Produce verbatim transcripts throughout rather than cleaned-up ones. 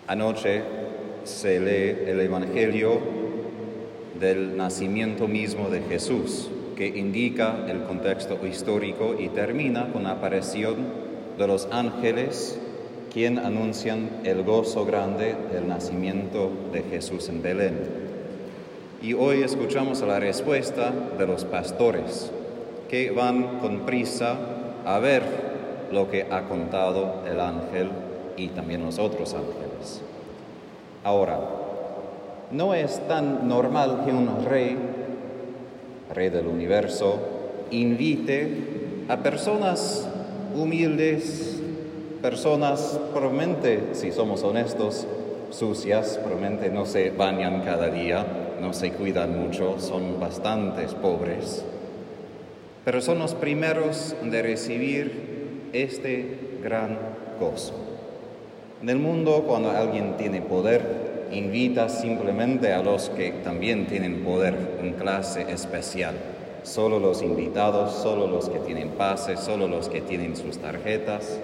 Anoche se lee el Evangelio del nacimiento mismo de Jesús, que indica el contexto histórico y termina con la aparición de los ángeles, quien anuncian el gozo grande del nacimiento de Jesús en Belén. Y hoy escuchamos la respuesta de los pastores, que van con prisa a ver lo que ha contado el ángel y también los otros ángeles. Ahora, no es tan normal que un rey, rey del universo, invite a personas humildes, personas probablemente, si somos honestos, sucias, probablemente no se bañan cada día, no se cuidan mucho, son bastante pobres, pero son los primeros de recibir este gran gozo. En el mundo, cuando alguien tiene poder, invita simplemente a los que también tienen poder, en clase especial. Solo los invitados, solo los que tienen pases, solo los que tienen sus tarjetas.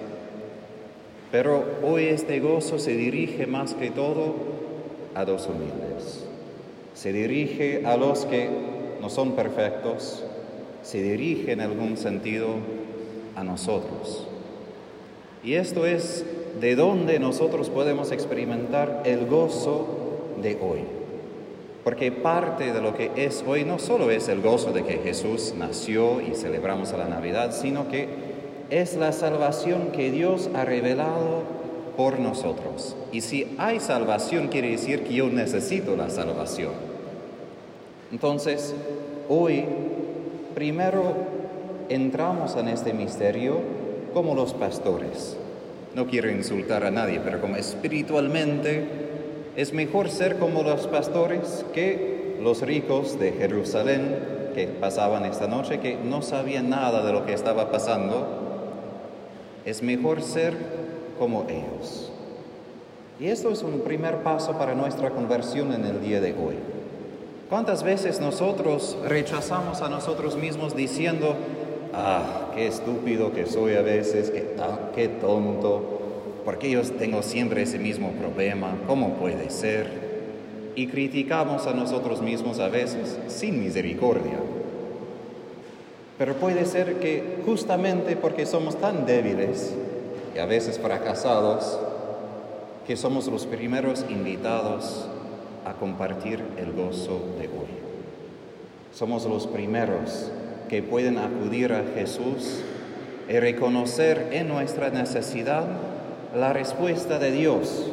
Pero hoy este gozo se dirige más que todo a los humildes. Se dirige a los que no son perfectos, se dirige en algún sentido a nosotros. Y esto es de donde nosotros podemos experimentar el gozo de hoy. Porque parte de lo que es hoy no solo es el gozo de que Jesús nació y celebramos la Navidad, sino que es la salvación que Dios ha revelado por nosotros. Y si hay salvación, quiere decir que yo necesito la salvación. Entonces, hoy, primero entramos en este misterio como los pastores. No quiero insultar a nadie, pero como espiritualmente es mejor ser como los pastores que los ricos de Jerusalén que pasaban esta noche, que no sabían nada de lo que estaba pasando. Es mejor ser como ellos. Y esto es un primer paso para nuestra conversión en el día de hoy. ¿Cuántas veces nosotros rechazamos a nosotros mismos diciendo: ah, qué estúpido que soy a veces, qué, qué tonto, porque yo tengo siempre ese mismo problema, ¿cómo puede ser? Y criticamos a nosotros mismos a veces sin misericordia. Pero puede ser que justamente porque somos tan débiles y a veces fracasados, que somos los primeros invitados a compartir el gozo de hoy. Somos los primeros que pueden acudir a Jesús y reconocer en nuestra necesidad la respuesta de Dios,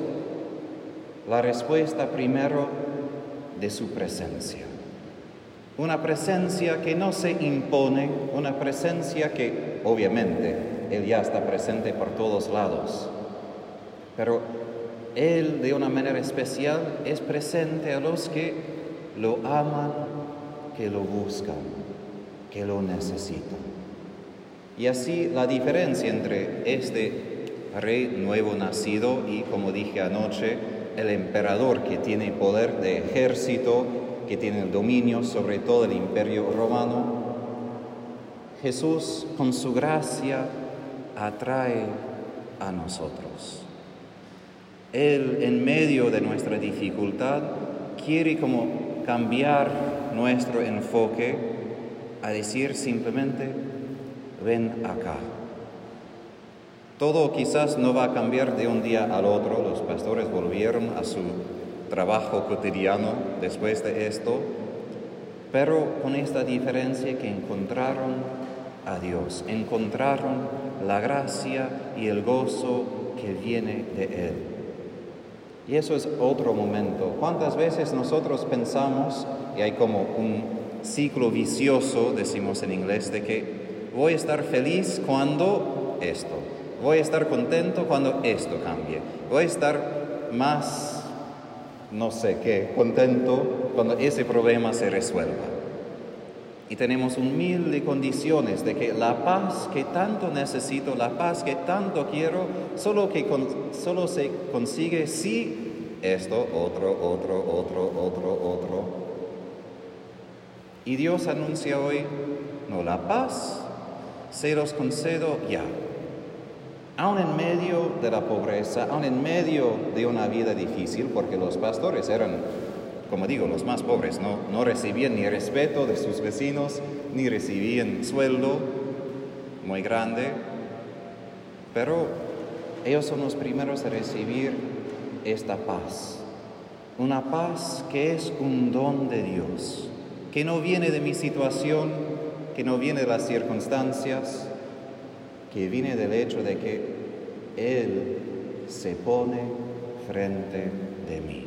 la respuesta primero de su presencia. Una presencia que no se impone, una presencia que obviamente Él ya está presente por todos lados, pero Él de una manera especial es presente a los que lo aman, que lo buscan, que lo necesitan. Y así la diferencia entre este rey nuevo nacido y, como dije anoche, el emperador que tiene poder de ejército, que tiene el dominio sobre todo el imperio romano, Jesús con su gracia atrae a nosotros. Él, en medio de nuestra dificultad, quiere como cambiar nuestro enfoque a decir simplemente: ven acá. Todo quizás no va a cambiar de un día al otro. Los pastores volvieron a su trabajo cotidiano después de esto, pero con esta diferencia que encontraron a Dios, encontraron la gracia y el gozo que viene de Él. Y eso es otro momento. ¿Cuántas veces nosotros pensamos, y hay como un ciclo vicioso, decimos en inglés, de que voy a estar feliz cuando esto, voy a estar contento cuando esto cambie, voy a estar más, no sé qué, contento cuando ese problema se resuelva? Y tenemos un mil de condiciones de que la paz que tanto necesito, la paz que tanto quiero, solo, que con, solo se consigue si esto, otro, otro, otro, otro, otro. Y Dios anuncia hoy: no, la paz se los concedo ya. aun en medio de la pobreza, aun en medio de una vida difícil, porque los pastores eran, como digo, los más pobres, no, no recibían ni respeto de sus vecinos, ni recibían sueldo muy grande, pero ellos son los primeros a recibir esta paz, una paz que es un don de Dios, que no viene de mi situación, que no viene de las circunstancias, que viene del hecho de que Él se pone frente de mí.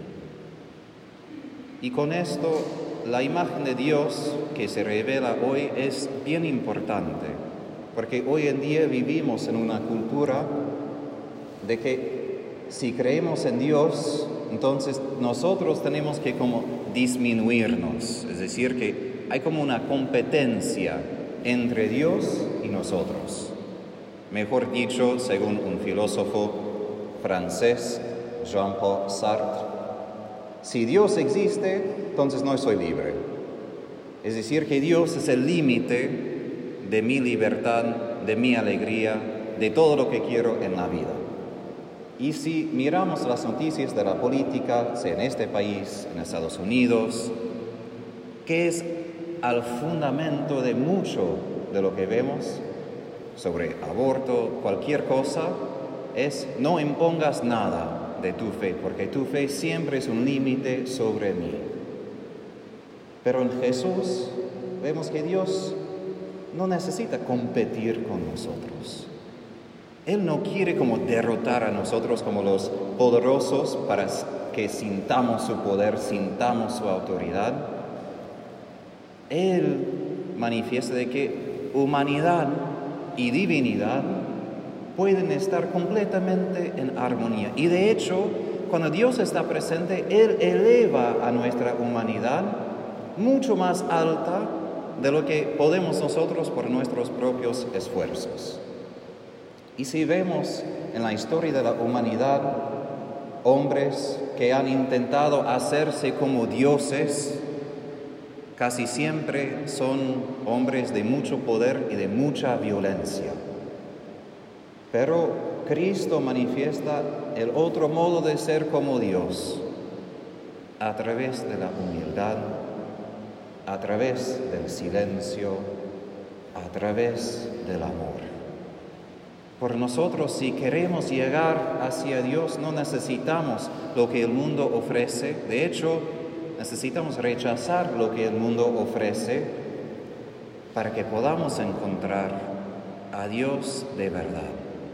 Y con esto, la imagen de Dios que se revela hoy es bien importante, porque hoy en día vivimos en una cultura de que si creemos en Dios, entonces nosotros tenemos que como disminuirnos, es decir, que hay como una competencia entre Dios y nosotros. Mejor dicho, según un filósofo francés, Jean-Paul Sartre, si Dios existe, entonces no soy libre. Es decir, que Dios es el límite de mi libertad, de mi alegría, de todo lo que quiero en la vida. Y si miramos las noticias de la política, sea en este país, en Estados Unidos, que es al fundamento de mucho de lo que vemos sobre aborto, cualquier cosa, es no impongas nada de tu fe, porque tu fe siempre es un límite sobre mí. Pero en Jesús vemos que Dios no necesita competir con nosotros. Él no quiere como derrotar a nosotros como los poderosos para que sintamos su poder, sintamos su autoridad. Él manifiesta de que humanidad y divinidad pueden estar completamente en armonía. Y de hecho, cuando Dios está presente, Él eleva a nuestra humanidad mucho más alta de lo que podemos nosotros por nuestros propios esfuerzos. Y si vemos en la historia de la humanidad hombres que han intentado hacerse como dioses, casi siempre son hombres de mucho poder y de mucha violencia. Pero Cristo manifiesta el otro modo de ser como Dios, a través de la humildad, a través del silencio, a través del amor. Por nosotros, si queremos llegar hacia Dios, no necesitamos lo que el mundo ofrece. De hecho, necesitamos rechazar lo que el mundo ofrece para que podamos encontrar a Dios de verdad.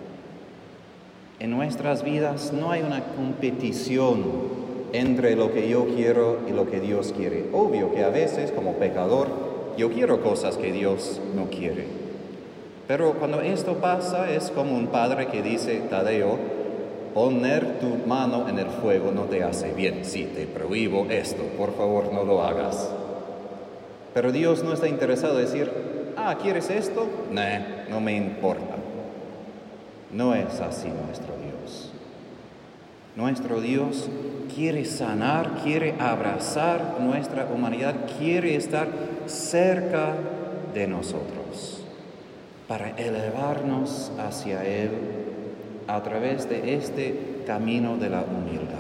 En nuestras vidas no hay una competición entre lo que yo quiero y lo que Dios quiere. Obvio que a veces, como pecador, yo quiero cosas que Dios no quiere. Pero cuando esto pasa, es como un padre que dice, Tadeo, poner tu mano en el fuego no te hace bien. Sí, te prohíbo esto, por favor no lo hagas. Pero Dios no está interesado en decir, ah, ¿quieres esto? Nah, no me importa. No es así nuestro Dios. Nuestro Dios quiere sanar, quiere abrazar nuestra humanidad, quiere estar cerca de nosotros para elevarnos hacia Él a través de este camino de la humildad.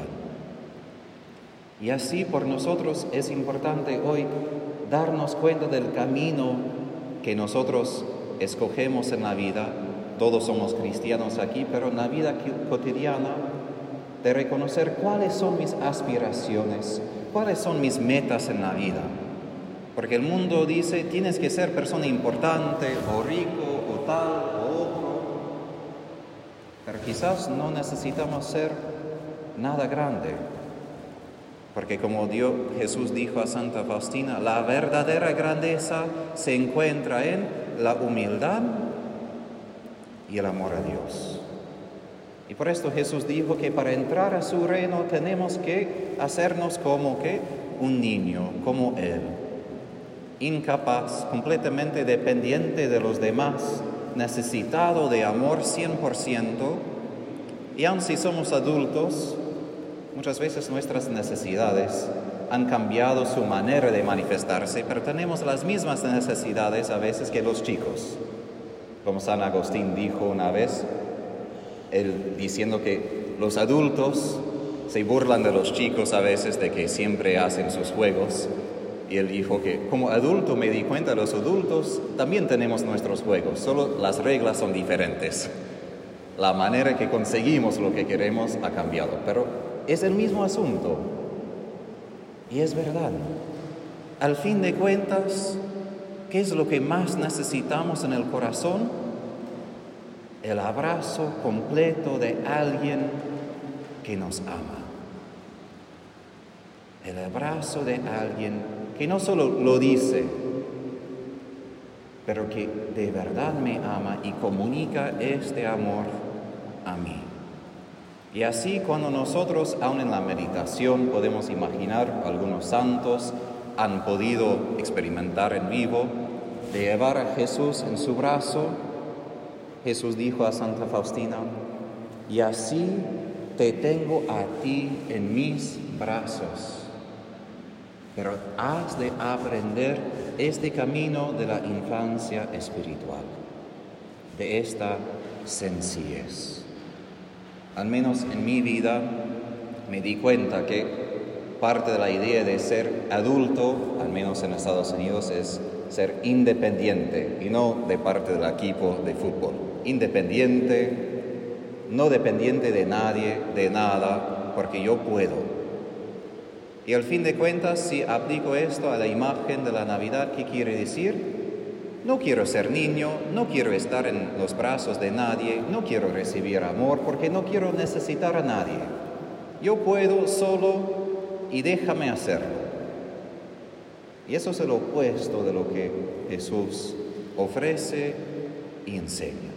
Y así por nosotros es importante hoy darnos cuenta del camino que nosotros escogemos en la vida. Todos somos cristianos aquí, pero en la vida cotidiana, de reconocer cuáles son mis aspiraciones, cuáles son mis metas en la vida. Porque el mundo dice, tienes que ser persona importante, o rico, o tal, o otro. Pero quizás no necesitamos ser nada grande. Porque como Dios, Jesús dijo a Santa Faustina, la verdadera grandeza se encuentra en la humildad y el amor a Dios. Y por esto Jesús dijo que para entrar a su reino tenemos que hacernos como que un niño, como Él. Incapaz, completamente dependiente de los demás, necesitado de amor cien por ciento. Y aun si somos adultos, muchas veces nuestras necesidades han cambiado su manera de manifestarse, pero tenemos las mismas necesidades a veces que los chicos. Como San Agustín dijo una vez, él diciendo que los adultos se burlan de los chicos a veces de que siempre hacen sus juegos. Y él dijo que como adulto me di cuenta, los adultos también tenemos nuestros juegos, solo las reglas son diferentes. La manera que conseguimos lo que queremos ha cambiado, pero es el mismo asunto. Y es verdad. Al fin de cuentas, ¿qué es lo que más necesitamos en el corazón? El abrazo completo de alguien que nos ama. El abrazo de alguien que no solo lo dice, pero que de verdad me ama y comunica este amor a mí. Y así cuando nosotros, aun en la meditación, podemos imaginar algunos santos han podido experimentar en vivo de llevar a Jesús en su brazo. Jesús dijo a Santa Faustina: y así te tengo a ti en mis brazos. Pero has de aprender este camino de la infancia espiritual, de esta sencillez. Al menos en mi vida me di cuenta que parte de la idea de ser adulto, al menos en Estados Unidos, es ser independiente y no de parte del equipo de fútbol. Independiente, no dependiente de nadie, de nada, porque yo puedo. Y al fin de cuentas, si aplico esto a la imagen de la Navidad, ¿qué quiere decir? No quiero ser niño, no quiero estar en los brazos de nadie, no quiero recibir amor, porque no quiero necesitar a nadie. Yo puedo solo y déjame hacerlo. Y eso es el opuesto de lo que Jesús ofrece y enseña.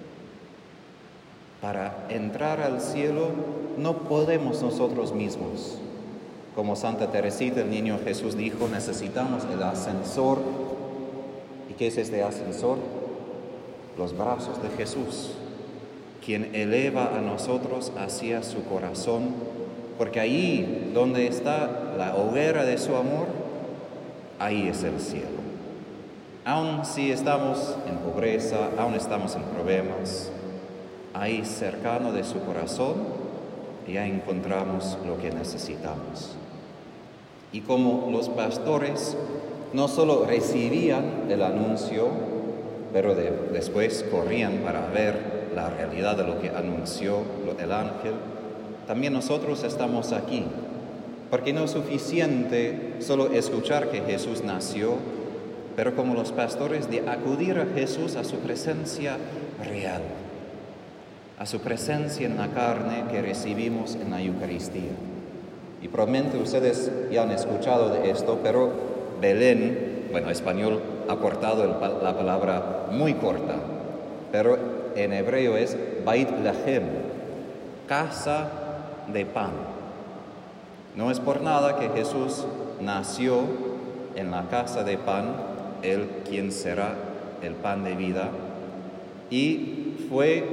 Para entrar al cielo no podemos nosotros mismos. Como Santa Teresita, el niño Jesús dijo, necesitamos el ascensor. ¿Y qué es este ascensor? Los brazos de Jesús, quien eleva a nosotros hacia su corazón, porque ahí donde está la hoguera de su amor, ahí es el cielo. Aun si estamos en pobreza, aun estamos en problemas, ahí cercano de su corazón ya encontramos lo que necesitamos. Y como los pastores no solo recibían el anuncio, pero de, después corrían para ver la realidad de lo que anunció el ángel, también nosotros estamos aquí, porque no es suficiente solo escuchar que Jesús nació, pero como los pastores de acudir a Jesús a su presencia real, a su presencia en la carne que recibimos en la Eucaristía. Y probablemente ustedes ya han escuchado de esto, pero Belén, bueno, español ha cortado el, la palabra muy corta, pero en hebreo es Beit Lahem, casa de pan. No es por nada que Jesús nació en la casa de pan, Él quien será el pan de vida, y fue,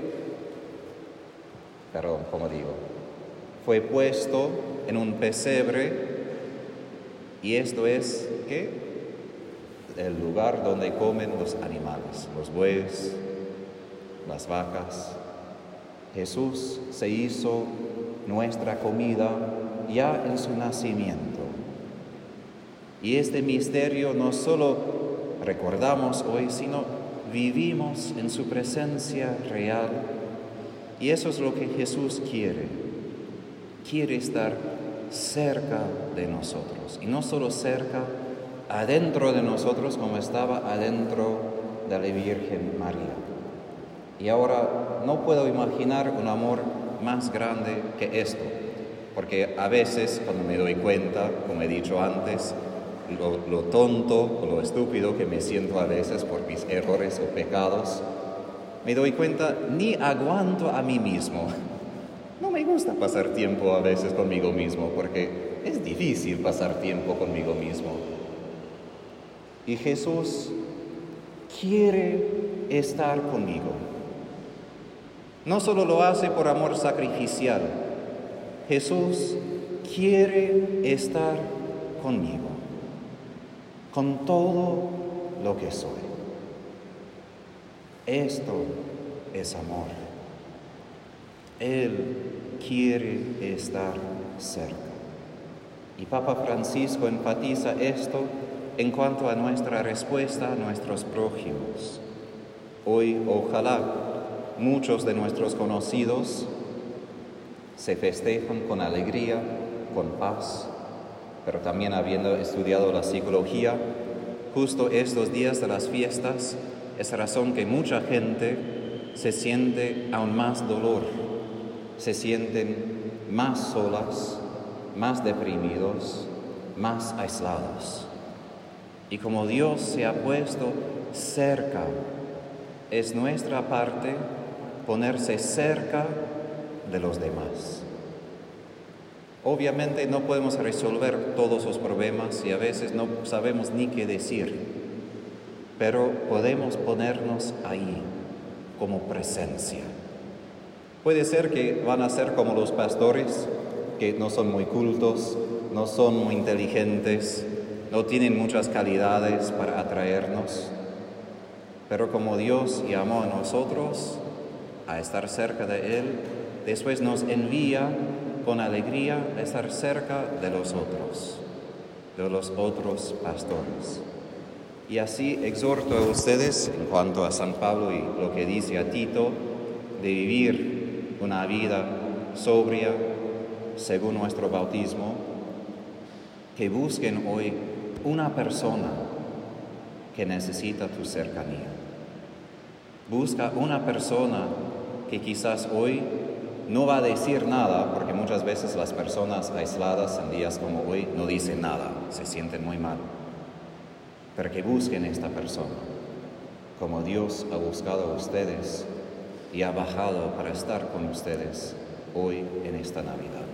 perdón, como digo, fue puesto en un pesebre, y esto es, ¿qué? El lugar donde comen los animales, los bueyes, las vacas. Jesús se hizo nuestra comida ya en su nacimiento. Y este misterio no solo recordamos hoy, sino vivimos en su presencia real. Y eso es lo que Jesús quiere. Quiere estar cerca de nosotros. Y no solo cerca, adentro de nosotros como estaba adentro de la Virgen María. Y ahora no puedo imaginar un amor más grande que esto. Porque a veces, cuando me doy cuenta, como he dicho antes, lo, lo tonto o lo estúpido que me siento a veces por mis errores o pecados, me doy cuenta, ni aguanto a mí mismo. No me gusta pasar tiempo a veces conmigo mismo, porque es difícil pasar tiempo conmigo mismo. Y Jesús quiere estar conmigo. No solo lo hace por amor sacrificial, Jesús quiere estar conmigo, con todo lo que soy. Esto es amor. Él quiere estar cerca. Y Papa Francisco enfatiza esto en cuanto a nuestra respuesta a nuestros prójimos. Hoy, ojalá, muchos de nuestros conocidos se festejan con alegría, con paz, pero también habiendo estudiado la psicología, justo estos días de las fiestas es razón que mucha gente se siente aún más dolor, se sienten más solas, más deprimidos, más aislados. Y como Dios se ha puesto cerca, es nuestra parte ponerse cerca de los demás. Obviamente no podemos resolver todos los problemas y a veces no sabemos ni qué decir, pero podemos ponernos ahí como presencia. Puede ser que van a ser como los pastores, que no son muy cultos, no son muy inteligentes, no tienen muchas calidades para atraernos, pero como Dios llamó a nosotros a estar cerca de Él, después nos envía con alegría a estar cerca de los otros, de los otros pastores. Y así exhorto a ustedes, en cuanto a San Pablo y lo que dice a Tito, de vivir una vida sobria según nuestro bautismo, que busquen hoy una persona que necesita tu cercanía. Busca una persona que quizás hoy no va a decir nada, porque muchas veces las personas aisladas en días como hoy no dicen nada, se sienten muy mal. Pero que busquen esta persona, como Dios ha buscado a ustedes y ha bajado para estar con ustedes hoy en esta Navidad.